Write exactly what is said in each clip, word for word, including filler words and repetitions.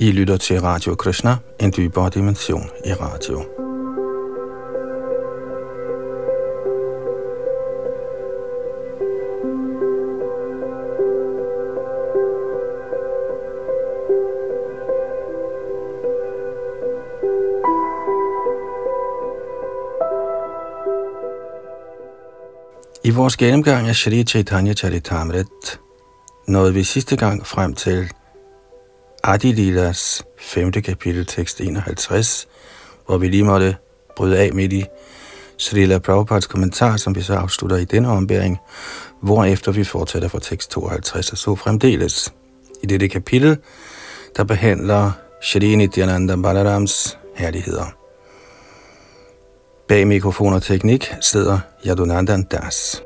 I lytter til Radio Krishna, en dybere dimension i radio. I vores gennemgang af Shri Chaitanya Charitamrit nåede vi sidste gang frem til Adi Lilas femte kapitel, tekst enoghalvtreds, hvor vi lige måtte bryde af midt i Srila Prabhupads kommentar, som vi så afslutter i denne ombæring, hvorefter vi fortsætter fra tekst tooghalvtreds og så fremdeles. I dette kapitel, der behandler Shri Nityananda Balarams herligheder. Bag mikrofon og teknik sidder Yadunandan Das.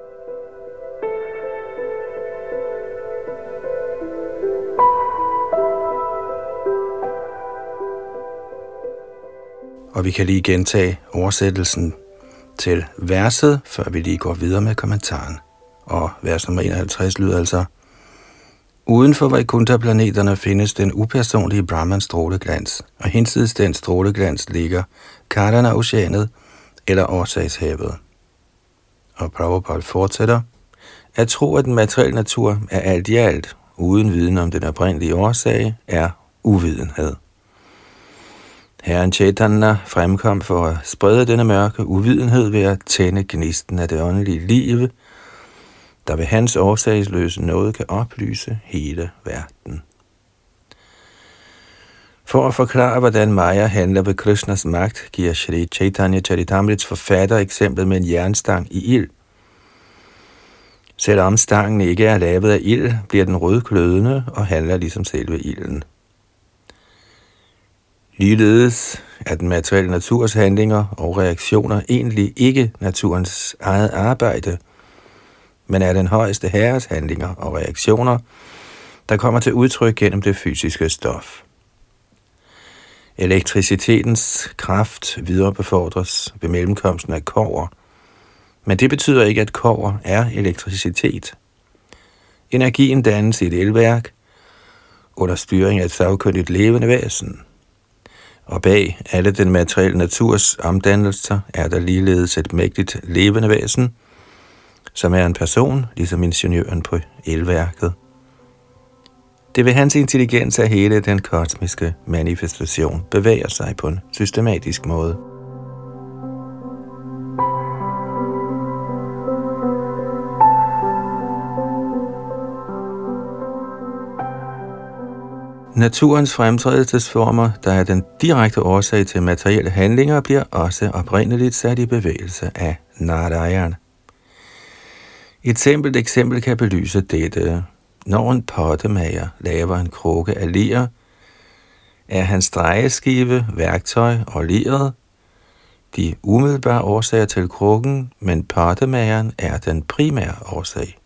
Og vi kan lige gentage oversættelsen til verset, før vi lige går videre med kommentaren. Og vers nummer enoghalvtreds lyder altså: Uden for Vaikuntha-planeterne findes den upersonlige Brahmans stråleglans, og hinsides den stråleglans ligger Karana-oceanet eller årsagshavet. Og Prabhupada fortsætter: At tro, at den materielle natur er alt i alt, uden viden om den oprindelige årsag, er uvidenhed. Herren Chaitanya fremkom for at sprede denne mørke uvidenhed ved at tænde gnisten af det åndelige liv, der ved hans årsagsløse nåde kan oplyse hele verden. For at forklare, hvordan Maya handler ved Krishnas magt, giver Shri Chaitanya Charitamrits forfatter eksemplet med en jernstang i ild. Selvom stangen ikke er lavet af ild, bliver den rødglødende og handler ligesom selve ilden. Ligeledes er den materielle naturs handlinger og reaktioner egentlig ikke naturens eget arbejde, men er den højeste herres handlinger og reaktioner, der kommer til udtryk gennem det fysiske stof. Elektricitetens kraft viderebefordres ved mellemkomsten af kobber, men det betyder ikke, at kobber er elektricitet. Energien dannes i et elværk under styring af et sagkyndigt levende væsen. Og bag alle den materielle naturs omdannelser er der ligeledes et mægtigt levende væsen, som er en person, ligesom ingeniøren på elværket. Det ved hans intelligens, at hele den kosmiske manifestation bevæger sig på en systematisk måde. Naturens fremtrædelsesformer, der er den direkte årsag til materielle handlinger, bliver også oprindeligt sat i bevægelse af Narayan. Et simpelt eksempel kan belyse dette. Når en pottemager laver en krukke af ler, er hans drejeskive, værktøj og leret de umiddelbare årsager til krukken, men pottemageren er den primære årsag.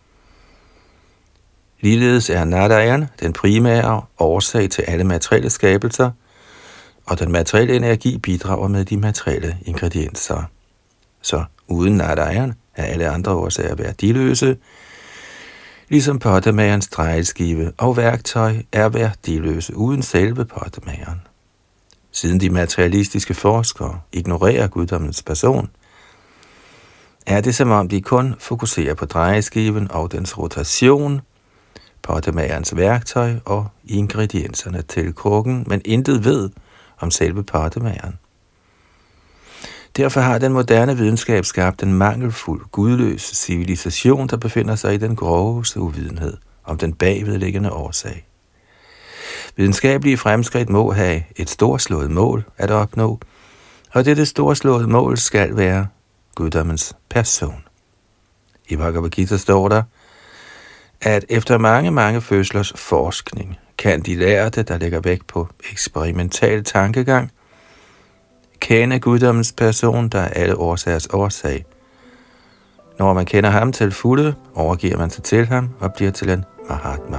Ligeledes er Narayan den primære årsag til alle materielle skabelser, og den materielle energi bidrager med de materielle ingredienser. Så uden Narayan er alle andre årsager værdiløse, ligesom pottemagerens drejeskive og værktøj er værdiløse uden selve pottemageren. Siden de materialistiske forskere ignorerer guddommens person, er det som om de kun fokuserer på drejeskiven og dens rotation, pottemagerens værktøj og ingredienserne til krukken, men intet ved om selve pottemageren. Derfor har den moderne videnskab skabt en mangelfuld, gudløs civilisation, der befinder sig i den groveste uvidenhed om den bagvedliggende årsag. Videnskabelige fremskridt må have et storslået mål at opnå, og dette storslåede mål skal være guddommens person. I Bhagavad Gita står der, at efter mange, mange fødslers forskning, kan de lærte, der lægger vægt på eksperimental tankegang, kende guddommens person, der er alle årsagers årsag. Når man kender ham til fulde, overgiver man sig til ham og bliver til en Mahatma.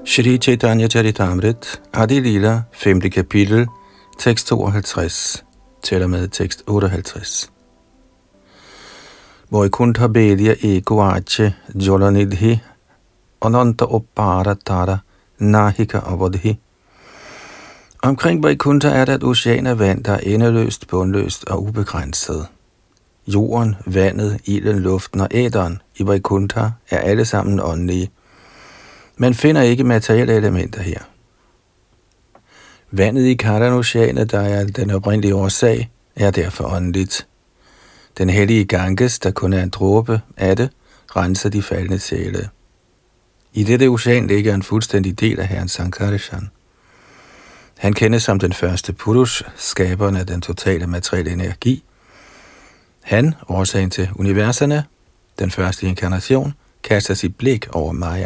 Shri Chaitanya Charitamrit, Adi Lila, femte kapitel, tekst tooghalvtreds, til og med tekst otteoghalvtreds. Vaikuntha Bedya Eko Jolanidhi, Ananta Oppara Tara, Nahika Avadhi. Omkring Vaikuntha er der et ocean af vand, der er endeløst, bundløst og ubegrænset. Jorden, vandet, ilden, luften og æteren i Vaikuntha er alle sammen åndelige. Man finder ikke materielle elementer her. Vandet i Karan-oceanet, der er den oprindelige årsag, er derfor åndeligt. Den hellige Ganges, der kun er en dråbe af det, renser de faldne sjæle. I dette ocean ligger en fuldstændig del af herren Sankarshan. Han kendes som den første Purush, skaberen af den totale materielle energi. Han, årsagen til universerne, den første inkarnation, kaster sit blik over Maya.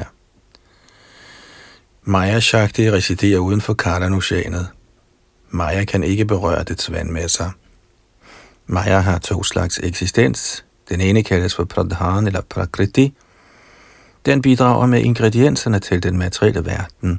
Maya Shakti residerer uden for Karan-oceanet. Maya kan ikke berøre dets vand med sig. Maya har to slags eksistens. Den ene kaldes for Pradhan eller Prakriti. Den bidrager med ingredienserne til den materielle verden.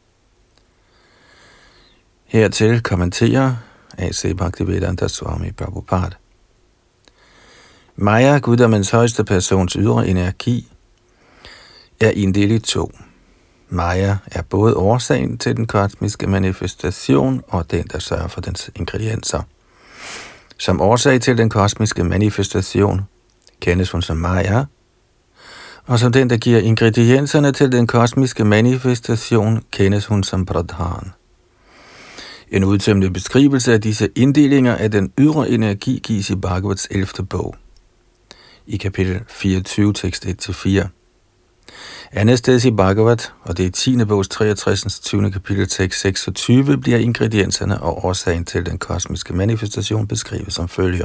Hertil kommenterer A C Bhaktivedanta Swami Prabhupada. Maya, guddommens højeste persons ydre energi, er inddelt i to. Maya er både årsagen til den kosmiske manifestation og den, der sørger for dens ingredienser. Som årsag til den kosmiske manifestation kendes hun som Maya, og som den, der giver ingredienserne til den kosmiske manifestation, kendes hun som Pradhan. En udtømmende beskrivelse af disse inddelinger af den ydre energi gives i Bhagavats ellevte bog, i kapitel fireogtyve, tekst et til fire. Andet sted i Bhagavat, og det er tiende bogs treogtres. tyvende kapitel, tekst seksogtyve, bliver ingredienserne og årsagen til den kosmiske manifestation beskrevet som følger.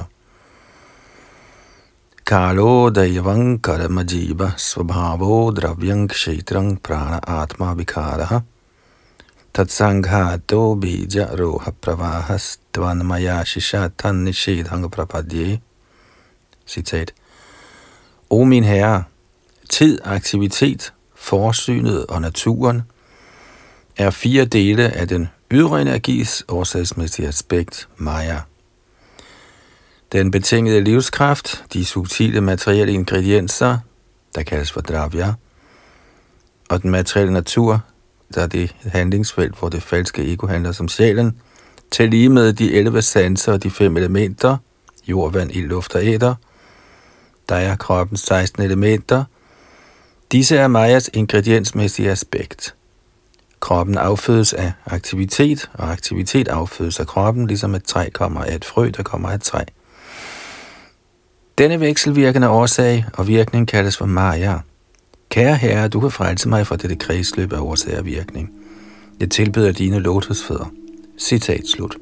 Kalo dayavang karamajiva svabhavo dravyang kshetrang prana atma vikaraha tatsanghato bija roha pravahas dvanmaya shishatan nishedhang prapadye. Citat. O min herre, tid, aktivitet, forsynet og naturen er fire dele af den ydre energis årsagsmæssige aspekt, Maya. Den betingede livskraft, de subtile materielle ingredienser, der kaldes for dravya, og den materielle natur, der er det handlingsfelt, hvor det falske ego handler som sjælen, til lige med de elleve sanser og de fem elementer, jord, vand, ild, luft og æter, der er kroppens seksten elementer. Disse er Mayas ingrediensmæssige aspekt. Kroppen affødes af aktivitet, og aktivitet affødes af kroppen, ligesom et træ kommer af et frø, der kommer af et træ. Denne vekselvirkende årsag og virkning kaldes for Maya. Kære herre, du kan frelse mig fra dette kredsløb af årsag og virkning. Jeg tilbeder dine lotusfødder. Citat slut.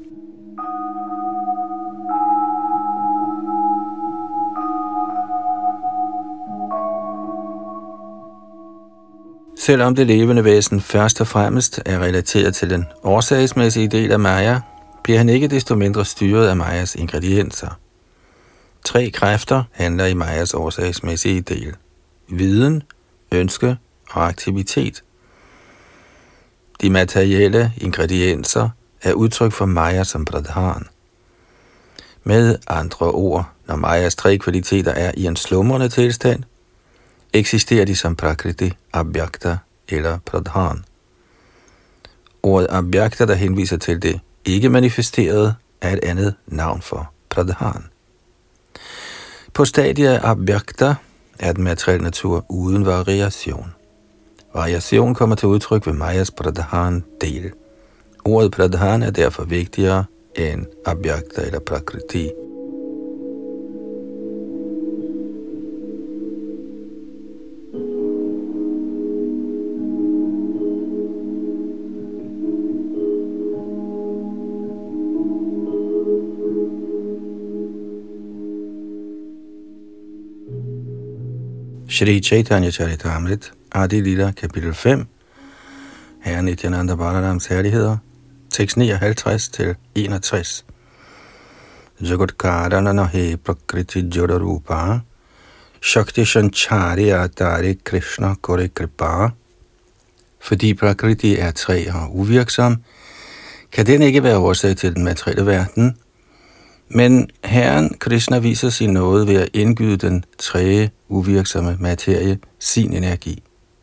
Selvom det levende væsen først og fremmest er relateret til den årsagsmæssige del af Maya, bliver han ikke desto mindre styret af Mayas ingredienser. Tre kræfter handler i Mayas årsagsmæssige del: viden, ønske og aktivitet. De materielle ingredienser er udtryk for Maya som Pradhan. Med andre ord, når Mayas tre kvaliteter er i en slumrende tilstand, eksisterer de som Prakriti, Abhyakta eller Pradhan. Ordet Abhyakta, der henviser til det ikke manifesterede, er et andet navn for Pradhan. På stadiet af Abhyakta er den materielle natur uden variation. Variation kommer til udtryk ved Mayas Pradhan-del. Ordet Pradhan er derfor vigtigere end Abhyakta eller Prakriti. Shri Chaitanya Charitamrit, Adi Lila, kapitel fem, Herre Nityananda Balarams herligheder, tekst nioghalvtreds til enogtres. Jagat Karana he Prakriti Jodarupa, Shakti Shanchari Atari Krishna Kore Kripa. Fordi Prakriti er træ og uvirksom, kan den ikke være årsag til den materielle verden, men Herren Krishna viser sin nåde ved at indgyde den træge, uvirksomme materie sin energi.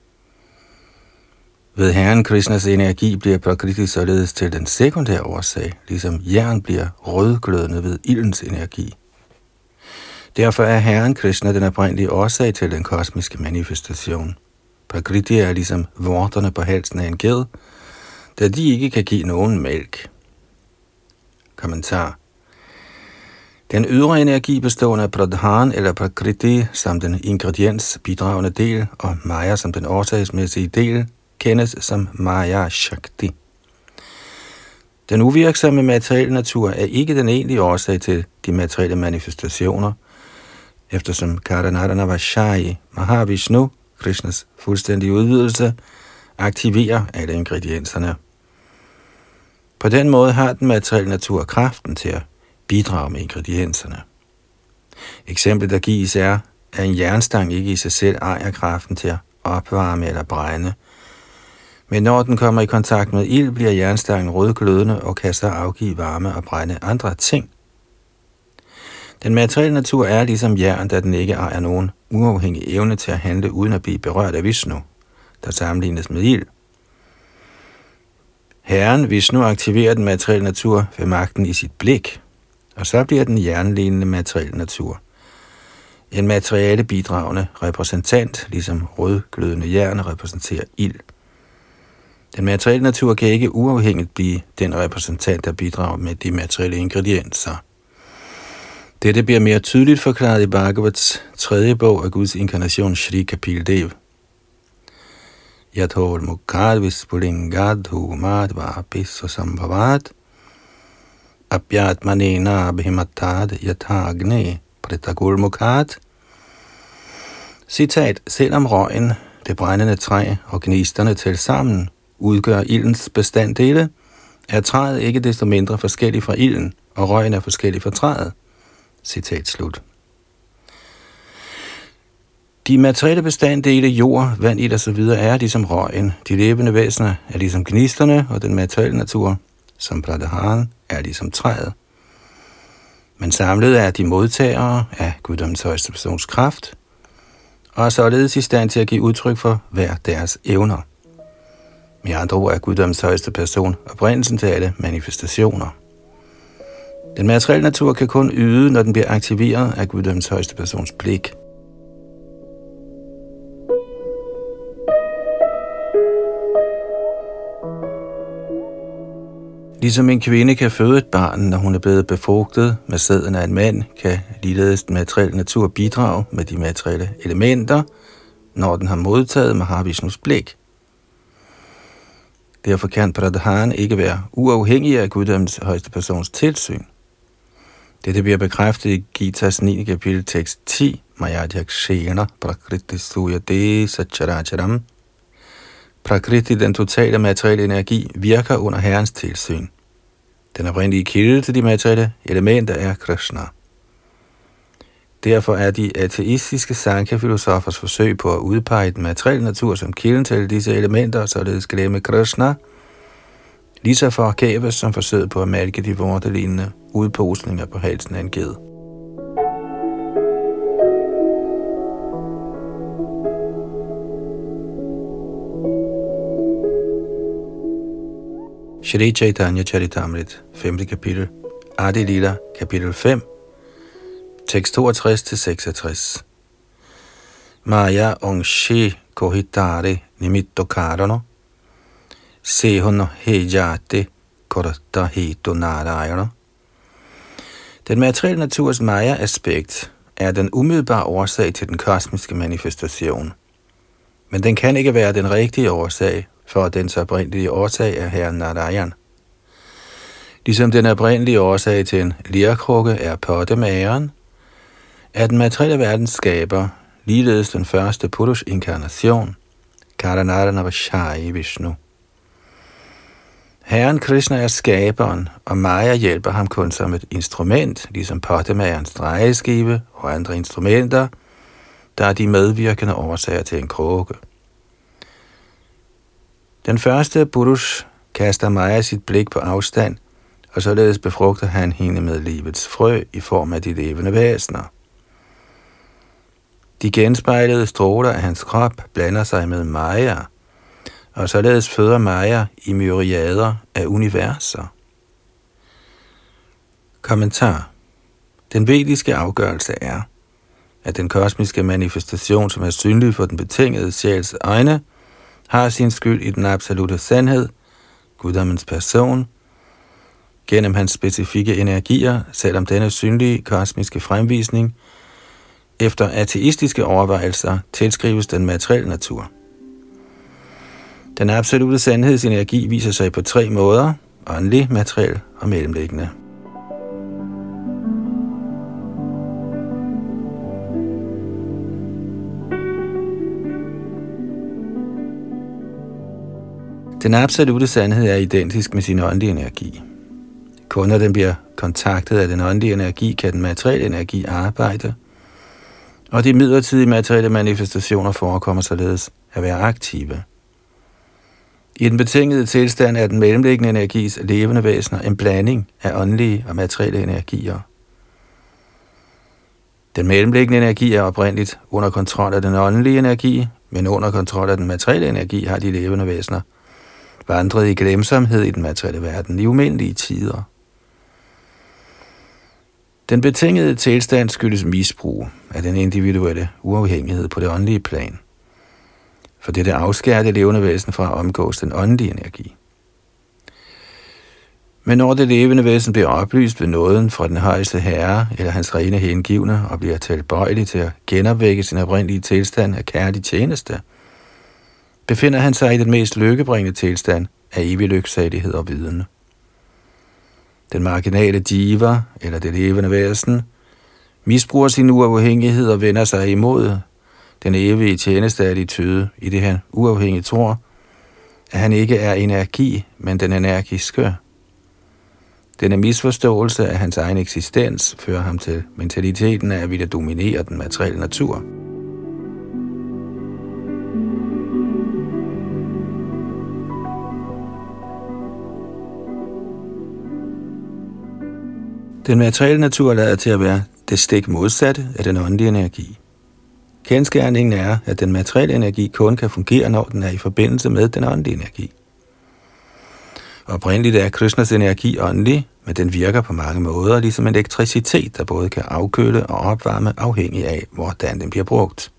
Ved Herren Krishnas energi bliver Prakriti således til den sekundære årsag, ligesom jern bliver rødglødende ved ildens energi. Derfor er Herren Krishna den oprindelige årsag til den kosmiske manifestation. Prakriti er ligesom vorterne på halsen af en ged, da de ikke kan give nogen mælk. Kommentar. Den ydre energi bestående af pradhan eller prakriti som den ingrediens bidragende del og maya som den årsagsmæssige del kendes som maya shakti. Den uvirksomme materielle natur er ikke den egentlige årsag til de materielle manifestationer, eftersom Karanarana Vashai Mahavishnu, Krishnas fuldstændige udvidelse, aktiverer alle ingredienserne. På den måde har den materielle natur kraften til at bidrage med ingredienserne. Eksemplet, der gives, er, at en jernstang ikke i sig selv ejer kraften til at opvarme eller brænde, men når den kommer i kontakt med ild, bliver jernstangen rødglødende og kan så afgive varme og brænde andre ting. Den materielle natur er ligesom jern, da den ikke ejer nogen uafhængig evne til at handle uden at blive berørt af Vishnu, der sammenlignes med ild. Herren Vishnu aktiverer den materielle natur ved magten i sit blik, og så bliver den jernlignende materielle natur en materielle bidragende repræsentant, ligesom rødglødende jern repræsenterer ild. Den materielle natur kan ikke uafhængigt blive den repræsentant, der bidrager med de materielle ingredienser. Dette bliver mere tydeligt forklaret i Bhagavats tredje bog af Guds inkarnation Shri Kapil Dev. Yathol Mukhad Vispulingad Humad Vapis Sambhavat Abhyatmanena Abhimatad Yathagne Pritagul Mukhad. Citat, selvom røgen, det brændende træ og gnisterne til sammen udgør ildens bestanddele, er træet ikke desto mindre forskellig fra ilden, og røgen er forskellig fra træet. Citat slut. De materielle bestanddele, jord, vand, ild og så videre er ligesom røgen. De levende væsener er ligesom gnisterne, og den materielle natur, som pradhan, er ligesom træet. Men samlet er de modtagere af guddommens højeste persons kraft, og er således i stand til at give udtryk for hver deres evner. Med andre ord er guddommens højeste person oprindelsen til alle manifestationer. Den materielle natur kan kun yde, når den bliver aktiveret af guddommens højeste persons blik. Ligesom en kvinde kan føde et barn, når hun er blevet befrugtet med sæden af en mand, kan ligeledes den materielle natur bidrage med de materielle elementer, når den har modtaget Mahavishnus blik. Derfor kan pradhan ikke være uafhængig af guddommens højeste persons tilsyn. Dette bliver bekræftet i Gitas niende kapitel tekst ti, Mayadhyakshena Prakriti Suyade Sacharacharam. Prakriti, den totale materielle energi, virker under Herrens tilsyn. Den oprindelige kilde til de materielle elementer er Krishna. Derfor er de ateistiske Sankhya-filosofers forsøg på at udpege den materielle natur som kilden til disse elementer, således glemme Krishna, lige så forgæves som forsøget på at malke de vortelignende udposninger på halsen af en ged. Shri Chaitanya Charitamrit, femte kapitel, Adi Lila, kapitel fem, tekst toogtres til seksogtres. Maya ongshi kohitare nimitto karano, sehono hejate korata heto narayana. Den materielle naturs maya-aspekt er den umiddelbare årsag til den kosmiske manifestation. Men den kan ikke være den rigtige årsag, for dens oprindelige årsag er Herren Narayan. Ligesom den oprindelige årsag til en lerkrukke er pottemageren, er den materielle verdens skaber ligeledes den første Purush-inkarnation, Karanarana Vashai Vishnu. Herren Krishna er skaberen, og Maya hjælper ham kun som et instrument, ligesom pottemagerens drejeskive og andre instrumenter, der er de medvirkende årsager til en krukke. Den første Purush kaster Maya sit blik på afstand, og således befrugter han hende med livets frø i form af de levende væsener. De genspejlede stråler af hans krop blander sig med Maya, og således føder Maya i myriader af universer. Kommentar. Den vediske afgørelse er, at den kosmiske manifestation, som er synlig for den betingede sjæls øjne, har sin skyld i den absolute sandhed, guddommens person, gennem hans specifikke energier, selvom denne synlige kosmiske fremvisning efter ateistiske overvejelser tilskrives den materielle natur. Den absolute sandhedsenergi viser sig på tre måder: åndelig, materiel og mellemliggende. Den absolute sandhed er identisk med sin åndelige energi. Kun når den bliver kontaktet af den åndelige energi, kan den materielle energi arbejde, og de midlertidige materielle manifestationer forekommer således at være aktive. I den betingede tilstand er den mellemliggende energis levende væsener en blanding af åndelige og materielle energier. Den mellemliggende energi er oprindeligt under kontrol af den åndelige energi, men under kontrol af den materielle energi har de levende væsener vandret i glemsomhed i den materielle verden i umindelige tider. Den betingede tilstand skyldes misbrug af den individuelle uafhængighed på det åndelige plan, for dette afskærer det levende væsen fra at omgås den åndelige energi. Men når det levende væsen bliver oplyst ved nåden fra den højeste herre eller hans rene hengivne og bliver tilbøjelig til at genopvække sin oprindelige tilstand af kærlig tjeneste, befinder han sig i den mest lykkebringende tilstand af evig lyksalighed og viden. Den marginale jiva, eller det levende væsen, misbruger sin uafhængighed og vender sig imod den evige tjenesteattitude, i det han uafhængigt tror, at han ikke er energi, men den energiske. Denne misforståelse af hans egen eksistens fører ham til mentaliteten af at ville dominere den materielle natur. Den materielle natur lader til at være det stik modsatte af den åndelige energi. Kendsgerningen er, at den materielle energi kun kan fungere, når den er i forbindelse med den åndelige energi. Oprindeligt er Krishnas energi åndelig, men den virker på mange måder ligesom elektricitet, der både kan afkøle og opvarme afhængig af, hvordan den bliver brugt.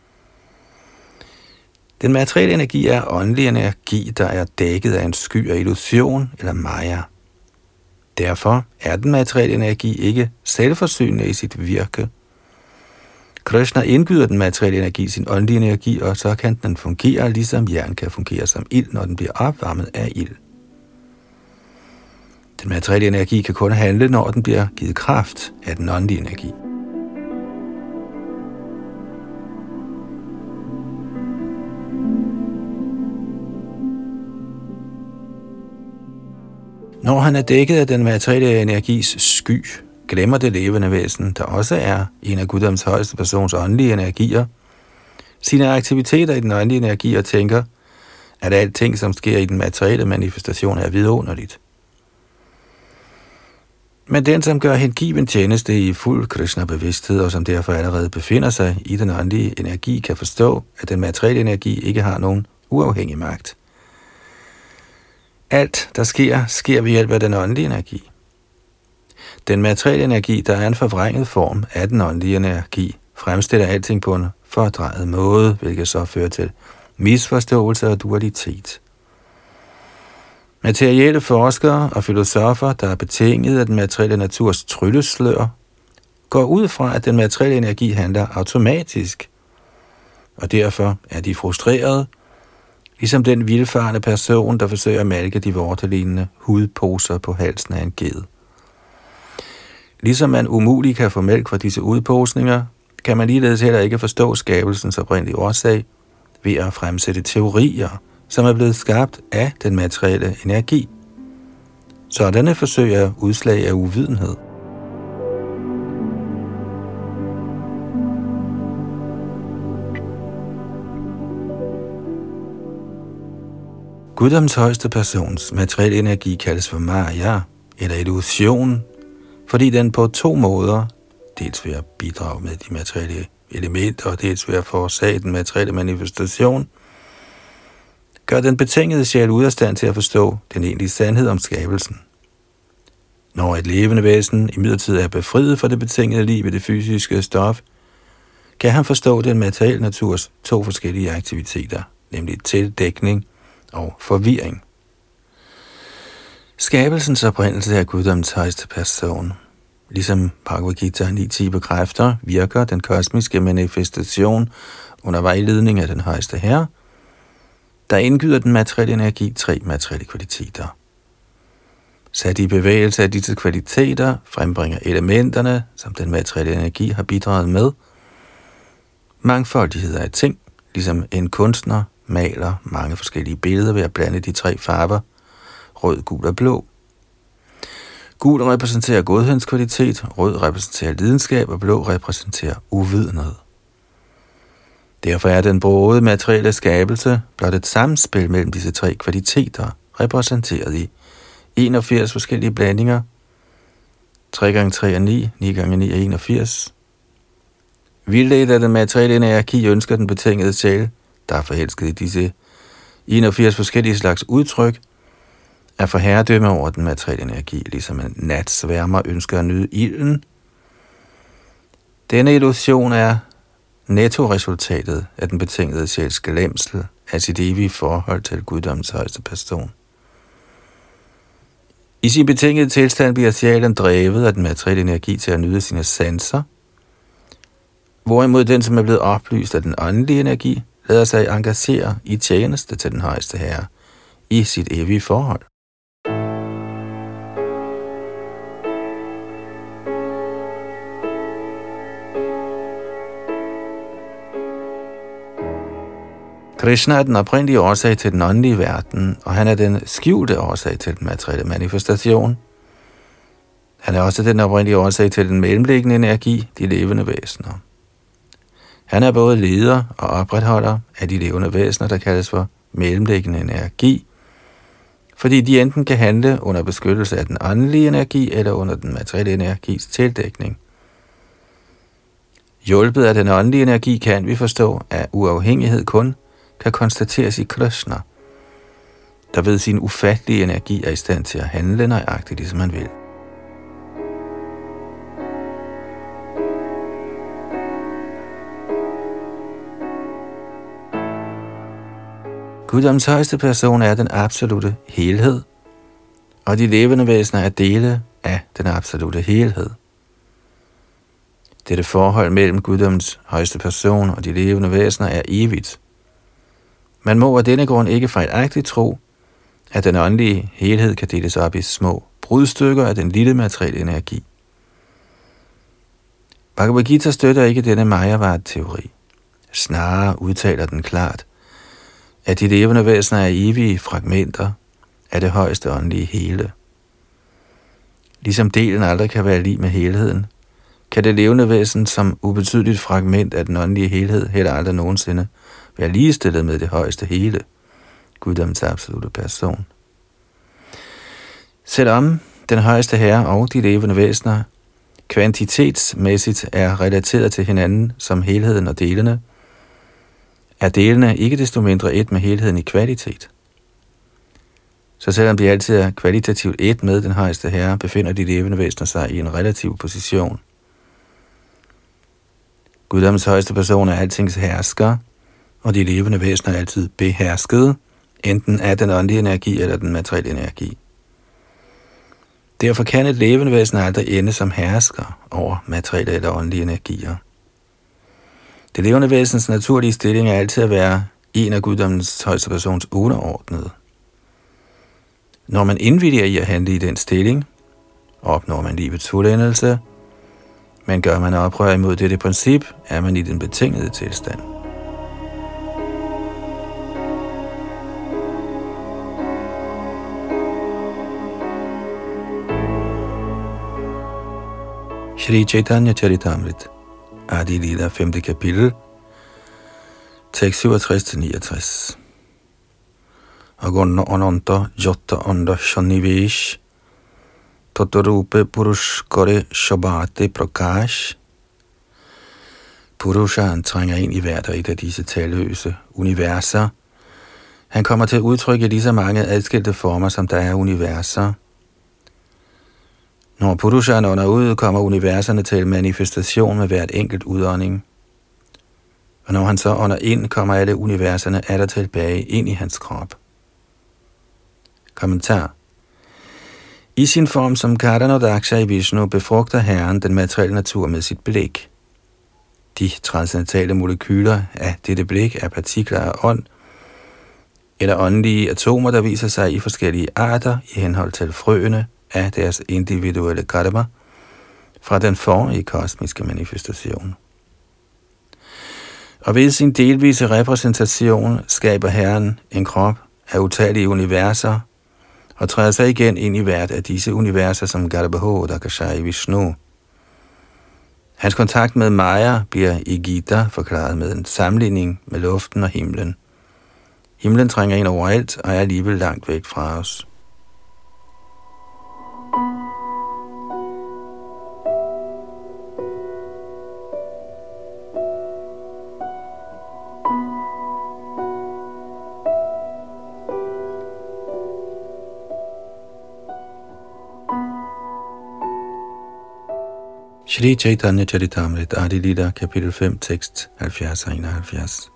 Den materielle energi er åndelig energi, der er dækket af en sky af illusion eller maya. Derfor er den materielle energi ikke selvforsynende i sit virke. Krishna indgyder den materielle energi sin åndelige energi, og så kan den fungere, ligesom jern kan fungere som ild, når den bliver opvarmet af ild. Den materielle energi kan kun handle, når den bliver givet kraft af den åndelige energi. Når han er dækket af den materielle energis sky, glemmer det levende væsen, der også er en af guddoms højeste persons åndelige energier, sine aktiviteter i den åndelige energi og tænker, at alting, som sker i den materielle manifestation, er vidunderligt. Men den, som gør hengiven tjeneste i fuld Krishna-bevidsthed, og som derfor allerede befinder sig i den åndelige energi, kan forstå, at den materielle energi ikke har nogen uafhængig magt. Alt, der sker, sker ved hjælp af den åndelige energi. Den materielle energi, der er en forvrænget form af den åndelige energi, fremstiller alting på en fordrejet måde, hvilket så fører til misforståelse og dualitet. Materielle forskere og filosofer, der er betinget af den materielle naturs trylleslør, går ud fra, at den materielle energi handler automatisk, og derfor er de frustrerede, ligesom den vildfarne person, der forsøger at malke de vortelignende hudposer på halsen af en ged. Ligesom man umuligt kan få mælk fra disse udposninger, kan man ligeledes heller ikke forstå skabelsens oprindelige årsag ved at fremsætte teorier, som er blevet skabt af den materielle energi. Sådanne forsøg er udslag af uvidenhed. Guddoms højeste persons materielle energi kaldes for Maya, eller illusion, fordi den på to måder, dels ved at bidrage med de materielle elementer, og dels ved at forårsage den materielle manifestation, gør den betingede sjæl ud af stand til at forstå den egentlige sandhed om skabelsen. Når et levende væsen imidlertid er befriet fra det betingede liv i det fysiske stof, kan han forstå den materielle naturs to forskellige aktiviteter, nemlig tildækning og forvirring. Skabelsens oprindelse er Guddoms højeste person. Ligesom Bhagavad Gita ni ti bekræfter, virker den kosmiske manifestation under vejledning af den højeste herre, der indgyder den materielle energi tre materielle kvaliteter. Sat i bevægelse af disse kvaliteter frembringer elementerne, som den materielle energi har bidraget med, mangfoldighed af ting, ligesom en kunstner maler mange forskellige billeder ved at blande de tre farver, rød, gul og blå. Gul repræsenterer godhedens kvalitet, rød repræsenterer lidenskab, og blå repræsenterer uvidenhed. Derfor er den brogede materielle skabelse blot et samspil mellem disse tre kvaliteter, repræsenteret i enogfirs forskellige blandinger, tre gange tre er ni, ni gange ni er enogfirs. Vildledt af den materielle energi ønsker den betingede sjæl, der er forelsket i disse enogfirs forskellige slags udtryk, at få herredømme over den materielle energi, ligesom en natsværmer ønsker at nyde ilden. Denne illusion er nettoresultatet af den betingede sjæls glemsel af sit evige forhold til Guddoms højeste person. I sin betingede tilstand bliver sjælen drevet af den materielle energi til at nyde sine sanser, hvorimod den, som er blevet oplyst af den åndelige energi, lader sig engagere i tjeneste til den højeste herre i sit evige forhold. Krishna er den oprindelige årsag til den åndelige verden, og han er den skjulte årsag til den materielle manifestation. Han er også den oprindelige årsag til den mellemliggende energi, de levende væsener. Han er både leder og opretholder af de levende væsener, der kaldes for mellemliggende energi, fordi de enten kan handle under beskyttelse af den åndelige energi eller under den materielle energis tildækning. Hjulpet af den åndelige energi kan vi forstå, at uafhængighed kun kan konstateres i Krishna, der ved sin ufattelige energi er i stand til at handle nøjagtigt, ligesom han vil. Guddoms højeste person er den absolute helhed, og de levende væsener er dele af den absolute helhed. Dette forhold mellem Guddoms højeste person og de levende væsener er evigt. Man må af denne grund ikke fejlagtigt tro, at den åndelige helhed kan deles op i små brudstykker af den lille materielle energi. Bhagavad Gita støtter ikke denne Mayavad-teori. Snarere udtaler den klart, at de levende væsener er evige fragmenter af det højeste åndelige hele. Ligesom delen aldrig kan være lig med helheden, kan det levende væsen som ubetydeligt fragment af den åndelige helhed heller aldrig nogensinde være ligestillet med det højeste hele, Guddoms absolute person. Selvom den højeste herre og de levende væsener kvantitetsmæssigt er relateret til hinanden som helheden og delene, er delene ikke desto mindre et med helheden i kvalitet. Så selvom de altid er kvalitativt et med den højeste herre, befinder de levende væsener sig i en relativ position. Guddoms højeste person er altings hersker, og de levende væsener er altid beherskede, enten af den åndelige energi eller den materielle energi. Derfor kan et levende væsen aldrig ende som hersker over materielle eller åndelige energier. Det levende væsens naturlige stilling er altid at være en af Guddoms højeste persons underordnede. Når man indvilliger i at handle i den stilling, opnår man livets fuldendelse, men gør man oprør imod dette princip, er man i den betingede tilstand. Shri Chaitanya Charitamrit, Adi Lila, femte kapitel, tekst syvogtres til niogtres. Agonna Ananta Jota Anda Shanivesh Totarupe Purushkare Shabate Prakash. Purushan trænger ind i hvert og et af disse talløse universer. Han kommer til at udtrykke lige så mange adskilte former, som der er universer. Når Purushan ånder ud, kommer universerne til manifestation med hvert enkelt udånding. Og når han så ånder ind, kommer alle universerne atter tilbage ind i hans krop. Kommentar. I sin form som Karanodaksha i Vishnu befrugter Herren den materielle natur med sit blik. De transcendentale molekyler af dette blik er partikler af ånd, eller åndelige atomer, der viser sig i forskellige arter i henhold til frøene af deres individuelle karma fra den forrige kosmiske manifestation. Og ved sin delvise repræsentation skaber Herren en krop af utallige universer og træder sig igen ind i hvert af disse universer som Garbhodakasha i Vishnu. Hans kontakt med Maya bliver i Gita forklaret med en sammenligning med luften og himlen. Himlen trænger ind overalt og er alligevel langt væk fra os. Shri Chaitanya Charitamrita Adi Lila, kapitel fem, tekst halvfjerds og enoghalvfjerds.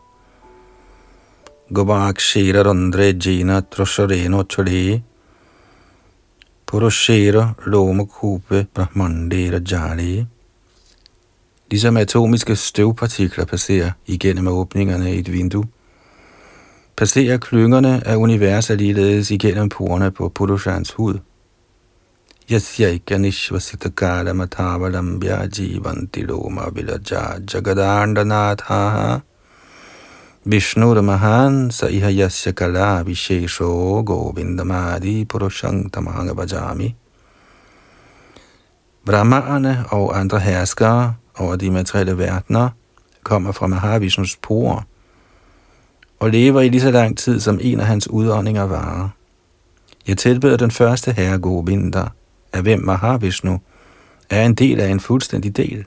Gobakshira Randre Jina Troshareno Chale Purushera Loma Kupe Brahmandera Jale. Ligesom atomiske støvpartikler passerer igennem åbningerne i et vindue, passerer klyngerne af universet ligeledes igennem porerne på Purushans hud. Yasyaika Nishvasitakala Mathavalambhya Jivanti Loma Vilaja Jagadandanatha Vishnur Mahan Saiha Yasya Kala Vishesho Govindamadi Purushang Tamanga Bajami. Brahmaerne og andre herskere over de materielle verdener kommer fra Mahavishnus porer og lever i lige så lang tid, som en af hans udåndinger varer. Jeg tilbeder den første herre Govinda, af hvem Mahavishnu er en del af en fuldstændig del.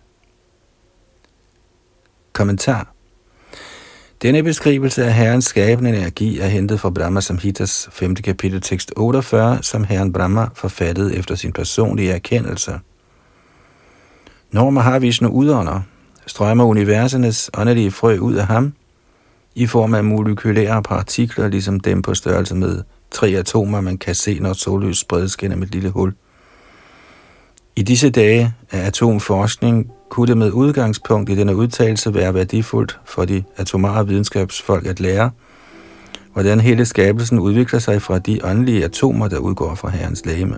Kommentar. Denne beskrivelse af Herrens skabende energi er hentet fra Brahma Samhitas femte kapitel tekst otteogfyrre, som Herren Brahma forfattede efter sin personlige erkendelse. Når Mahavishnu udånder, strømmer universernes åndelige frø ud af ham i form af molekylære partikler, ligesom dem på størrelse med tre atomer, man kan se, når sollys spredes gennem et lille hul. I disse dage af atomforskning kunne det med udgangspunkt i denne udtalelse være værdifuldt for de atomare videnskabsfolk at lære, hvordan hele skabelsen udvikler sig fra de åndelige atomer, der udgår fra Herrens legeme.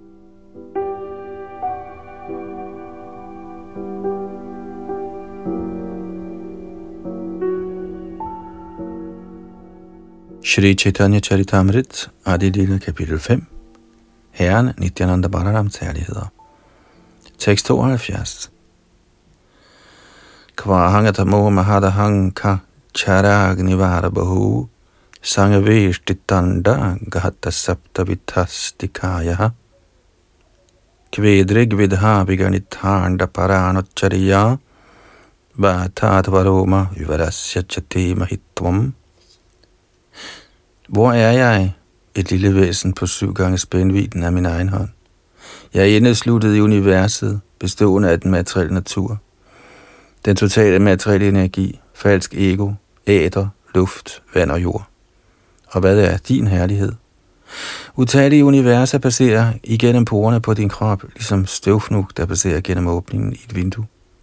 Shri Chaitanya Charitamrita Adi Lila, kapitel fem. Herren Nityananda Balarams herligheder. Tekst tooghalvfjerds. Kvahangatamoh mahadahangka charagnivara bahu sangaveshtitanda gahata saptavitastikaya kvedrig vidha viganithanda paranocharya vatatvaroma vivarasya chate mahitvam. Hvor er jeg, et lille væsen på syv gange spændvidden af min egen hånd? Jeg er indesluttet i universet, bestående af den materielle natur, den totale materielle energi, falsk ego, æter, luft, vand og jord. Og hvad er din herlighed? Utallige universer passerer igennem porerne på din krop, ligesom støvfnug, der passerer gennem åbningen i et vindue.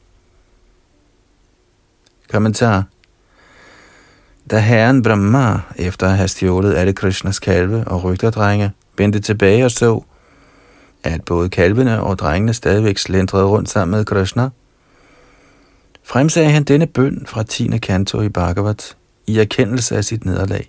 Kommentar. Da Herren Brahma, efter at have stjålet alle Krishnas kalve og rygterdrenge, vendte tilbage og så, at både kalvene og drengene stadigvæk slendrede rundt sammen med Krishna, fremsagde han denne bøn fra tiende kanto i Bhagavat i erkendelse af sit nederlag.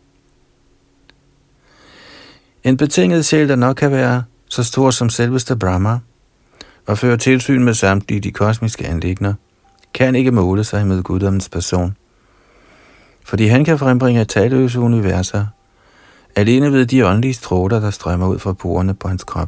En betinget sjæl, der nok kan være så stor som selveste Brahma, og føre tilsyn med samtlige de kosmiske anliggender, kan ikke måle sig med guddommens person, fordi han kan frembringe talløse universer alene ved de åndelige stråler, der strømmer ud fra porerne på hans krop.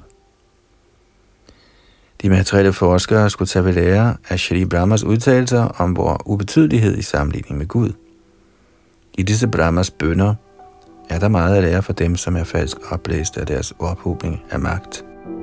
De materielle forskere skulle tage ved lære af Shri Brahmas udtalelser om vor ubetydelighed i sammenligning med Gud. I disse Brahmas bønner er der meget at lære for dem, som er falsk oplæst af deres ophobning af magt.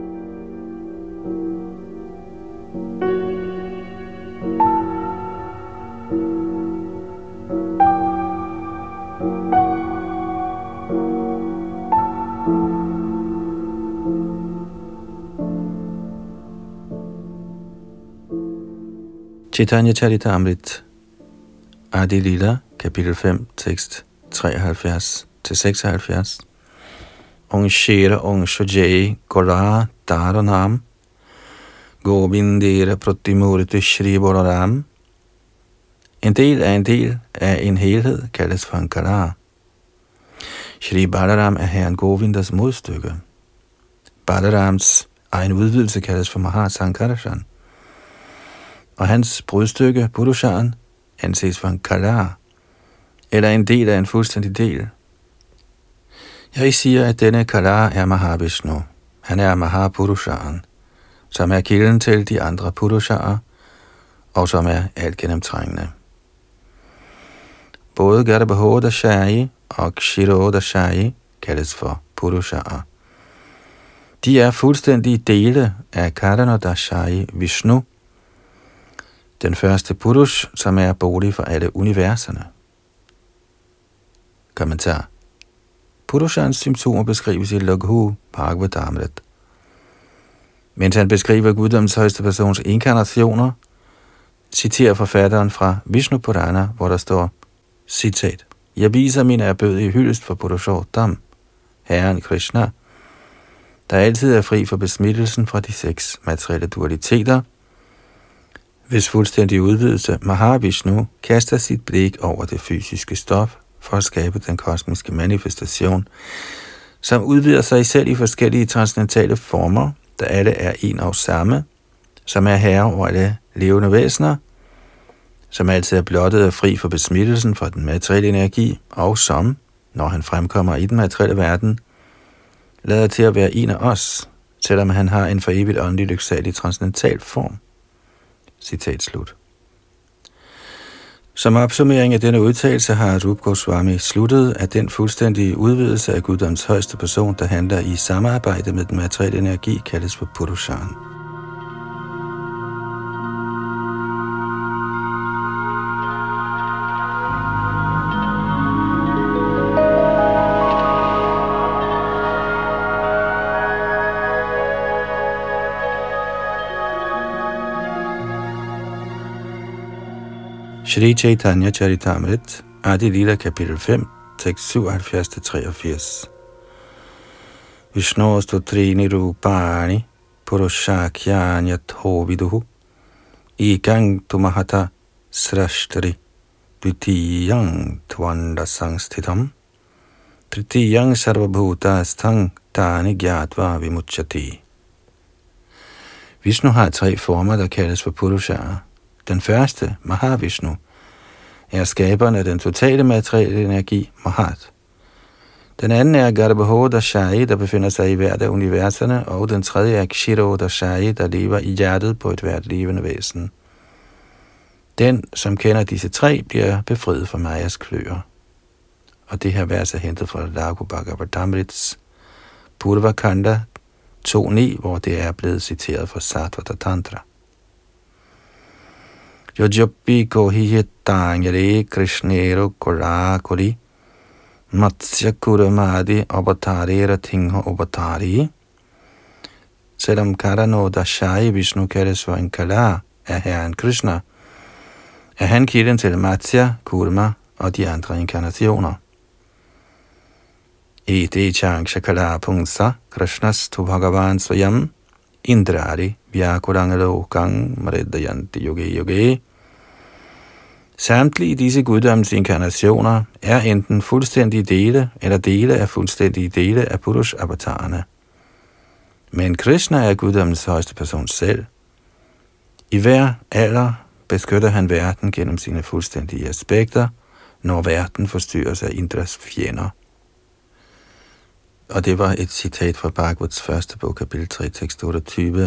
Chaitanya Charitamrit, Adi Lila, kapitel fem, tekst treoghalvfjerds til seksoghalvfjerds. Ong Shira Ong Shojai Kola Taranam Govindera Pratimurti Shri Balaram. En del af en del af en helhed kaldes for en kala. Shri Balaram er herren Govindas modstykke. Balarams egen udvidelse kaldes for Mahasankarshan, og hans brudstykke, Purushan, anses for en kala, eller en del af en fuldstændig del. Jeg siger, at denne kala er Mahavishnu. Han er Mahapurushan, som er kilden til de andre Purushaer, og som er alt gennemtrængende. Både Garbhodashai og Kshirodashai kaldes for Purushaer. De er fuldstændige dele af Karanodashai Vishnu, den første Purush, som er bolig for alle universerne. Kommentar. Purushans symptomer beskrives i Laghu Bhagavatamrit. Mens han beskriver guddommens højeste persons inkarnationer, citerer forfatteren fra Vishnu Purana, hvor der står, citat, jeg viser min ærbødige hyldest for Purushottam, Herren Krishna, der altid er fri for besmittelsen fra de seks materielle dualiteter, hvis fuldstændig udvidelse Mahavishnu kaster sit blik over det fysiske stof for at skabe den kosmiske manifestation, som udvider sig selv i forskellige transcendentale former, der alle er en og samme, som er herre over alle levende væsener, som altid er blottet og fri for besmittelsen fra den materielle energi, og som, når han fremkommer i den materielle verden, lader til at være en af os, selvom han har en for evigt åndelig lyksalig transcendental form. Citat slut. Som opsummering af denne udtalelse har Rupa Goswami sluttet, at den fuldstændige udvidelse af guddoms højeste person, der handler i samarbejde med den materielle energi, kaldes for Purushan. Shri Chaitanya Charitamrit, Adi Lila, kapitel fem, tekst syvoghalvfjerds til treogfirs. Vishnu stotrini rupani purushakyanyatho viduhu ikang tumahata srashtri dvitiyang tvanda sangsthitam tritiyang sarvabhutastang tani gyatva vimuchyati. Vishnu har tre former, der kaldes for Purushaer. Den første, Mahavishnu, er skaberen af den totale materielle energi, Mahat. Den anden er Garbhodashai, der befinder sig i hvert af universerne, og den tredje er Kshirodashai, der lever i hjertet på et hvert levende væsen. Den, som kender disse tre, bliver befriet fra Mayas kløer. Og det her vers er hentet fra Laghu Bhagavatamrits Purvakanda to ni, hvor det er blevet citeret fra Satvata Tantra. Yojopi kohiyetangere krishnero korakori matsya kuramadi avatarera tingha avatari. Selvom Karanodashai Vishnu kaldes for en kala af herren Krishna, er han kilden til Matsya, Kurma og de andre inkarnationer. Ete changsha kala pungsa Krishnas tu bhagavan swayam Indrari vyakurangalokang mridayanti yoge yoge. Samtlige disse guddommens inkarnationer er enten fuldstændige dele eller dele af fuldstændige dele af Purush-avatarerne. Men Krishna er guddommens højeste person selv. I hver alder beskytter han verden gennem sine fuldstændige aspekter, når verden forstyrres af Indras fjender. Og det var et citat fra Bhagavats første bog, kapitel tre, tekst otteogtyve.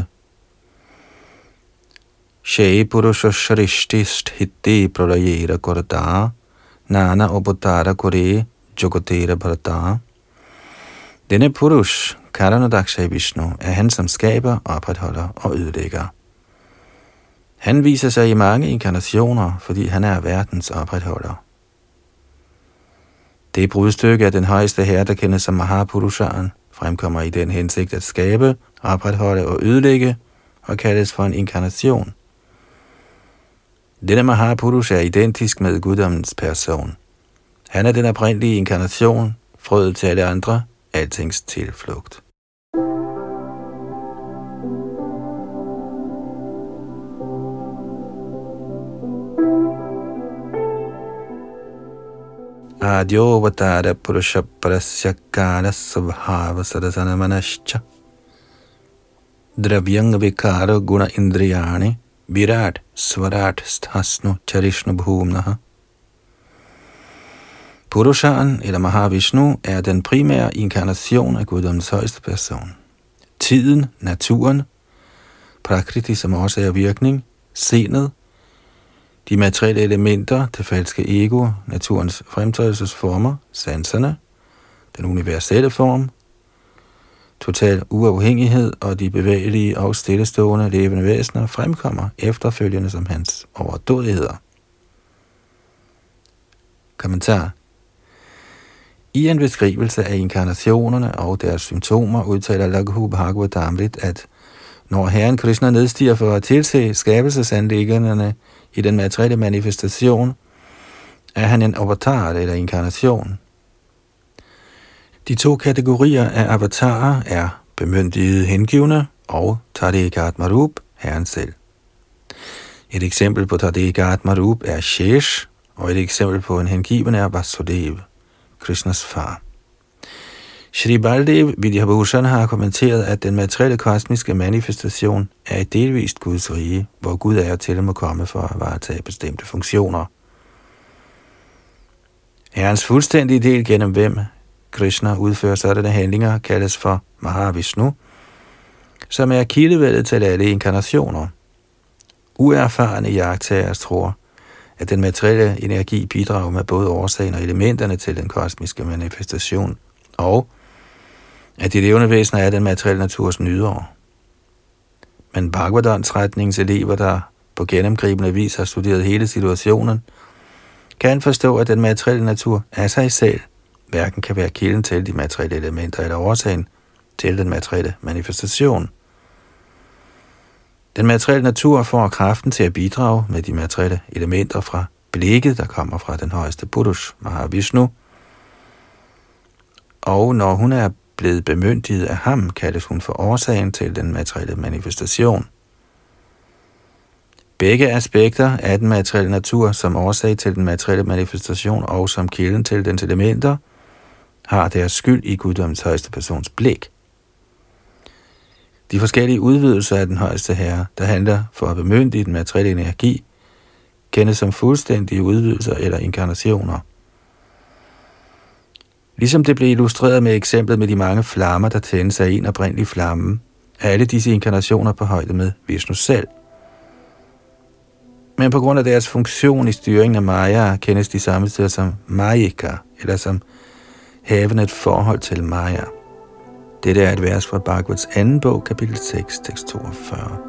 Shai purusha sharistist hitte pralayera korda, nana obotara kore jogotera bharata. Denne purush, Karanadaksha Vishnu, er han, som skaber, opretholder og ødelægger. Han viser sig i mange inkarnationer, fordi han er verdens opretholder. Det brudstykke af den højeste herre, der kendes som Mahapurushaen, fremkommer i den hensigt at skabe, opretholde og ødelægge, og kaldes for en inkarnation. Denne Mahapurusha er identisk med guddommens person. Han er den oprindelige inkarnation, frøet til alle andre, altings tilflugt. Adyo vatara purusha parasya kala svabhava sadasana manascha dravyang vikara guna indriyani virat svarat sthasnu charishnu bhumnaha. Purushaen, eller Mahavishnu, er den primære inkarnation af guddommens højeste person. Tiden, naturen, prakriti som årsag og virkning, sindet, de materielle elementer, det falske ego, naturens fremtrædelsesformer, sanserne, den universelle form, total uafhængighed og de bevægelige og stillestående levende væsener fremkommer efterfølgende som hans overdådigheder. Kommentar. I en beskrivelse af inkarnationerne og deres symptomer udtaler Laghu Bhagavatamrit, at når Herren Krishna nedstiger for at tilse skabelsesanliggenderne i den materielle manifestation, er han en avatar eller inkarnation. De to kategorier af avatarer er bemyndigede hengivne og Tadekatmarup, Herren selv. Et eksempel på Tadekatmarup er Shesh, og et eksempel på en hengiven er Vasudev, Krishnas far. Shri Baldev Vidyabhushan har kommenteret, at den materielle kosmiske manifestation er et delvist Guds rige, hvor Gud er til må komme for at varetage bestemte funktioner. Herrens fuldstændige del, gennem hvem Krishna udfører sådanne handlinger, kaldes for Mahavishnu, som er kildevældet til alle inkarnationer. Uerfarne jagttagere tror, at den materielle energi bidrager med både årsagen og elementerne til den kosmiske manifestation, og at de levende væsener er den materielle naturs nydere. Men Bhagavadans retningens elever, der på gennemgribende vis har studeret hele situationen, kan forstå, at den materielle natur af sig selv hverken kan være kilden til de materielle elementer eller årsagen til den materielle manifestation. Den materielle natur får kraften til at bidrage med de materielle elementer fra blikket, der kommer fra den højeste Purush, Mahavishnu, og når hun er blevet bemyndiget af ham, kaldes hun for årsagen til den materielle manifestation. Begge aspekter af den materielle natur som årsag til den materielle manifestation og som kilden til dens elementer, har deres skyld i guddommens højeste persons blik. De forskellige udvidelser af den højeste herre, der handler for at bemyndige den materielle energi, kendes som fuldstændige udvidelser eller inkarnationer. Ligesom det blev illustreret med eksemplet med de mange flammer, der tændes af en oprindelig flamme, er alle disse inkarnationer på højde med Vishnu selv. Men på grund af deres funktion i styringen af Maya, kendes de samme steder som Mayika, eller som havende et forhold til Maya. Dette er et vers fra Bhagavats anden bog, kapitel seks, tekst toogfyrre.